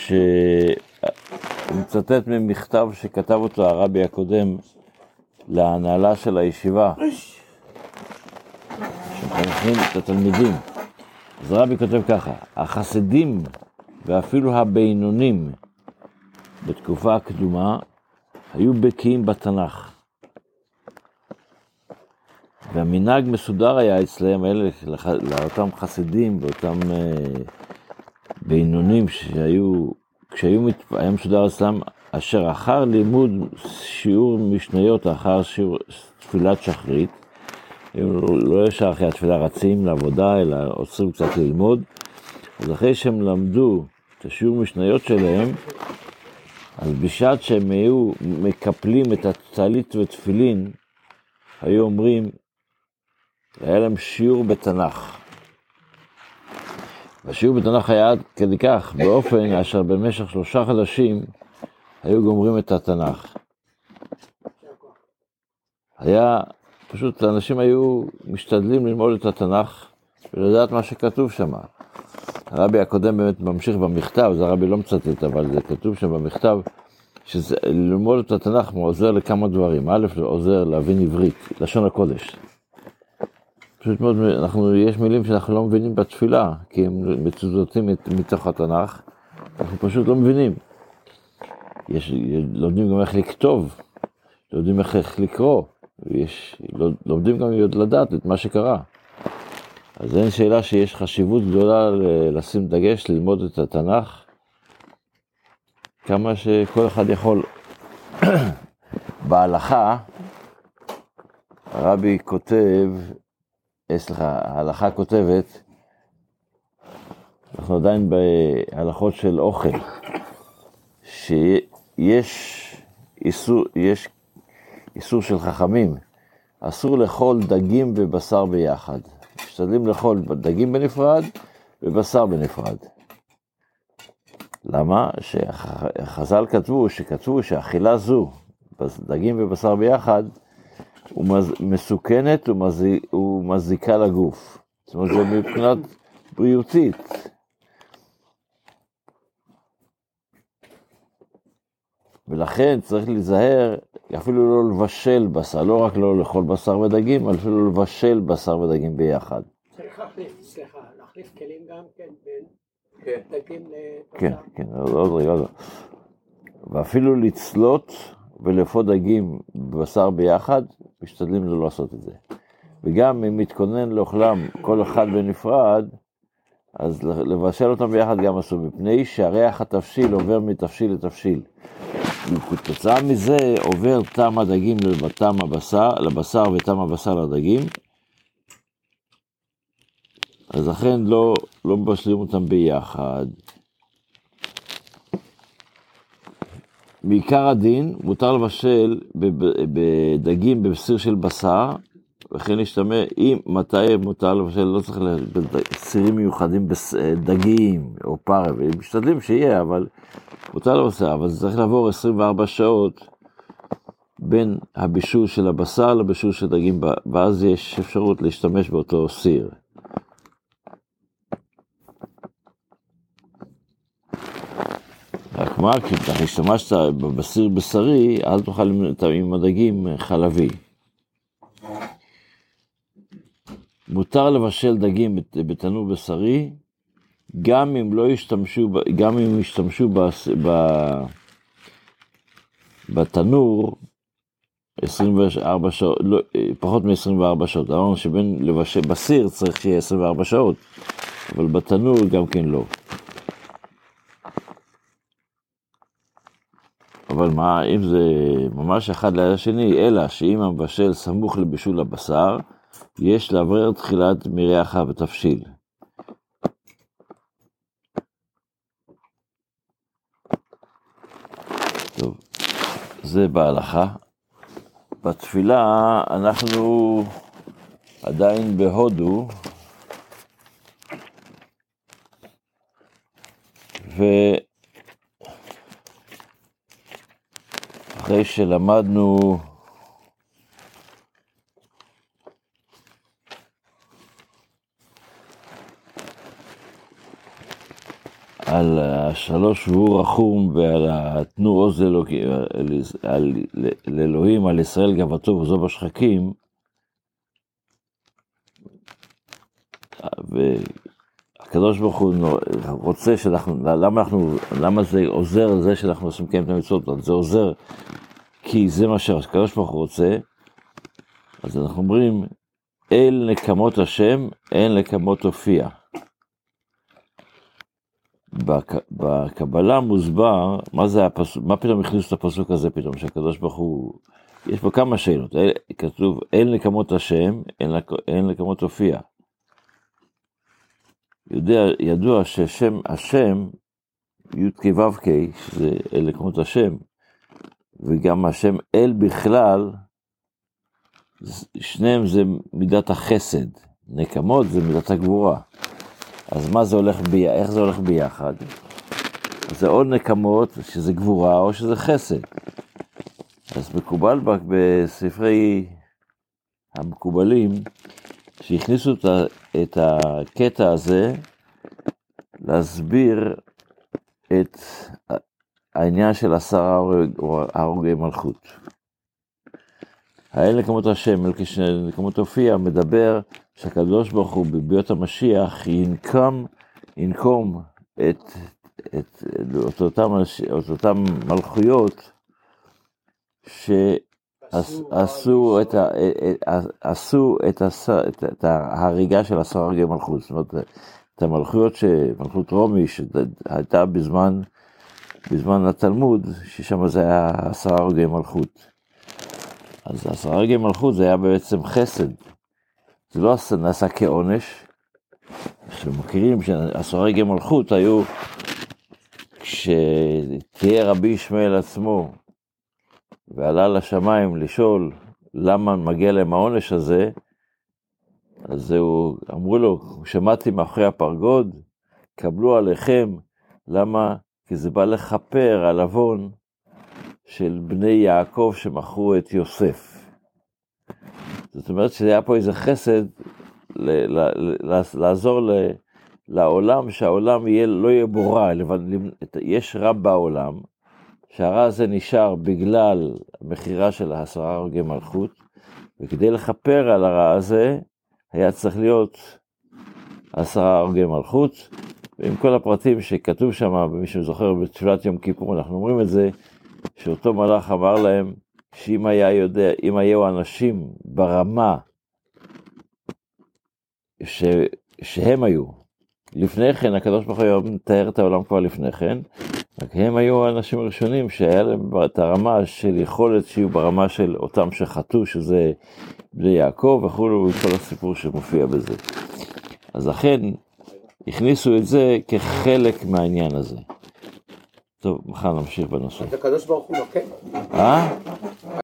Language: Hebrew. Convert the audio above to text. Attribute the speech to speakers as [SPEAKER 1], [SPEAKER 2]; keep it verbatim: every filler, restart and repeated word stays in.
[SPEAKER 1] שהוא מצטט ממכתב שכתב אותו הרבי הקודם להנהלה של הישיבה, שמחנכים את התלמידים. אז הרבי כותב ככה: החסידים ואפילו הבינונים בתקופה הקדומה היו בקיאים בתנ"ך. והמנהג מסודר היה אצלם, אלה, לאותם חסידים ואותם uh, בינונים שהיו, כשהיו מת, היה מסודר אצלם, אשר אחר לימוד שיעור משניות, אחר שיעור תפילת שחרית, לא ישר אחרי התפילה רצים לעבודה, אלא עוצרים קצת ללמוד. אז אחרי שהם למדו את השיעור משניות שלהם, אז בשעת שהם היו מקפלים את הטלית ותפילין, היו אומרים, היה להם שיעור בתנ"ך. והשיעור בתנ"ך היה עד כדי כך, באופן אשר במשך שלושה חודשים היו גומרים את התנ"ך. היה, פשוט האנשים היו משתדלים ללמוד את התנ"ך ולדעת מה שכתוב שם. הרבי הקודם באמת ממשיך במכתב, זה הרבי לא מצטט, אבל זה כתוב שם במכתב, שללמוד את התנ"ך עוזר לכמה דברים. א', זה עוזר להבין עברית, לשון הקודש. פשוט מאוד, אנחנו, יש מילים שאנחנו לא מבינים בתפילה, כי הם מצוטטים מתוך התנ"ך, אנחנו פשוט לא מבינים. יש, לומדים גם איך לכתוב, לומדים איך, איך לקרוא, ויש, לומדים גם לדעת את מה שקרה. אז אין שאלה שיש חשיבות גדולה לשים דגש, ללמוד את התנ"ך, כמה שכל אחד יכול. בהלכה, הרבי כותב, סליחה, ההלכה כותבת, אנחנו עדיין בהלכות של אוכל, שיש איסור, יש איסור של חכמים, אסור לאכול דגים ובשר ביחד. משתדלים לאכול דגים בנפרד ובשר בנפרד. למה? שחז"ל כתבו, שכתבו שאכילה זו, דגים ובשר ביחד, הוא מסוכנת ומזיקה לגוף. זאת אומרת, זה מבחינת בריאותית. ולכן צריך להיזהר, אפילו לא לבשל בשר, לא רק לא לאכול בשר ודגים, אבל אפילו לא לבשל בשר ודגים ביחד.
[SPEAKER 2] צריך להחליף, סליחה, להחליף כלים גם כן בין דגים לבשר.
[SPEAKER 1] כן, כן, עוד רגע, עוד רגע. ואפילו לצלות ולאפות דגים בבשר ביחד, משתדלים לא לעשות את זה. וגם אם מתכונן לאוכלם כל אחד בנפרד, אז לבשל אותם ביחד גם אסור, מפני שהריח התבשיל עובר מתבשיל לתבשיל. וכתוצאה מזה עובר טעם הדגים לטעם הבשר, לבשר וטעם הבשר לדגים, אז לכן לא, לא מבשלים אותם ביחד. בעיקר הדין, מותר לבשל בדגים בבסיר של בשר, וכן להשתמש, אם מתי מותר לבשל, לא צריך בסירים מיוחדים בדגים או פרב, משתדלים שיהיה, אבל מותר לבשר, אבל זה צריך לעבור עשרים וארבע שעות בין הבישול של הבשר לבישול של דגים, ואז יש אפשרות להשתמש באותו סיר. רק מה, כי אתה השתמשת בבסיר בשרי, אל תאכל עם הדגים חלבי. מותר לבשל דגים בתנור בשרי, גם אם לא ישתמשו, גם אם ישתמשו בתנור עשרים וארבע שעות, לא, פחות מ-עשרים וארבע שעות. אמרנו שבין לבשל, בסיר צריך שיהיה עשרים וארבע שעות, אבל בתנור גם כן לא. אבל מה, אם זה ממש אחד ליד השני, אלא שאם המבשל סמוך לבישול הבשר, יש לעבר תחילת מריח ותבשיל. טוב, זה בהלכה. בתפילה אנחנו עדיין בהודו, ואחרי שלמדנו על השלוש והוא רחום ועל התנו עוז לאלוהים, על ישראל גאוותו וזו בשחקים, והקדוש ברוך הוא רוצה שאנחנו, למה אנחנו, למה זה עוזר לזה שאנחנו עושים קיים את המצוות? זה עוזר כי זה מה שהקדוש ברוך הוא רוצה. אז אנחנו אומרים, אל נקמות השם, אין נקמות הופיע. בקבלה מוסבר, מה זה הפסוק, מה פתאום הכניסו את הפסוק הזה פתאום, שהקדוש ברוך הוא, יש פה כמה שאלות, כתוב, אין נקמות השם, אין נקמות הופיע. יודע, ידוע ששם, השם, י' כ' ו' כ', שזה אל נקמות השם, וגם השם אל בכלל, שניהם זה מידת החסד, נקמות זה מידת הגבורה. אז מה זה הולך ביחד? איך זה הולך ביחד? זה או נקמות, שזה גבורה, או שזה חסד. אז מקובל בספרי המקובלים, שהכניסו את הקטע הזה, להסביר את העניין של עשרה הרוגי מלכות. האל נקמות השם, אל נקמות הופיע, מדבר שהקדוש ברוך הוא בביאת המשיח ינקום, ינקום את, את, את אותם, את אותם מלכויות שעשו את, עשו את, את, את ההריגה של עשרה הרגי מלכות. זאת אומרת, את המלכויות, מלכות רומי שהייתה בזמן, בזמן התלמוד, ששם זה היה עשרה הרגי מלכות. אז עשרה הרגי מלכות זה היה בעצם חסד. זה לא נעשה כעונש. שמכירים שעשרה הרגי מלכות היו, כשתהיה רבי ישמעאל עצמו, ועלה לשמיים לשאול למה מגיע להם העונש הזה, אז זהו, אמרו לו, שמעתי מאחורי הפרגוד, קבלו עליכם, למה? כי זה בא לחפר על עוון של בני יעקב שמכרו את יוסף. זאת אומרת שהיה פה איזה חסד ל- ל- ל- לעזור ל- לעולם, שהעולם יהיה, לא יהיה בו רע, יש רע בעולם, שהרע הזה נשאר בגלל המחירה של העשרה הרגי מלכות, וכדי לחפר על הרע הזה, היה צריך להיות עשרה הרגי מלכות, ועם כל הפרטים שכתוב שם, ומי שזוכר בתפילת יום כיפור, אנחנו אומרים את זה, שאותו מלאך אמר להם, שאם היה יודע, אם היו אנשים ברמה, ש, שהם היו, לפני כן, הקדוש ברוך הוא מתאר את העולם כבר לפני כן, רק הם היו האנשים הראשונים שהיה להם את הרמה של יכולת שיהיו ברמה של אותם שחטאו, שזה בני יעקב וכולו, וכל הסיפור שמופיע בזה. אז לכן, הכניסו את זה כחלק מהעניין הזה. טוב, מחר נמשיך בנושא.
[SPEAKER 2] אז הקדוש ברוך הוא נוקם.
[SPEAKER 1] אה?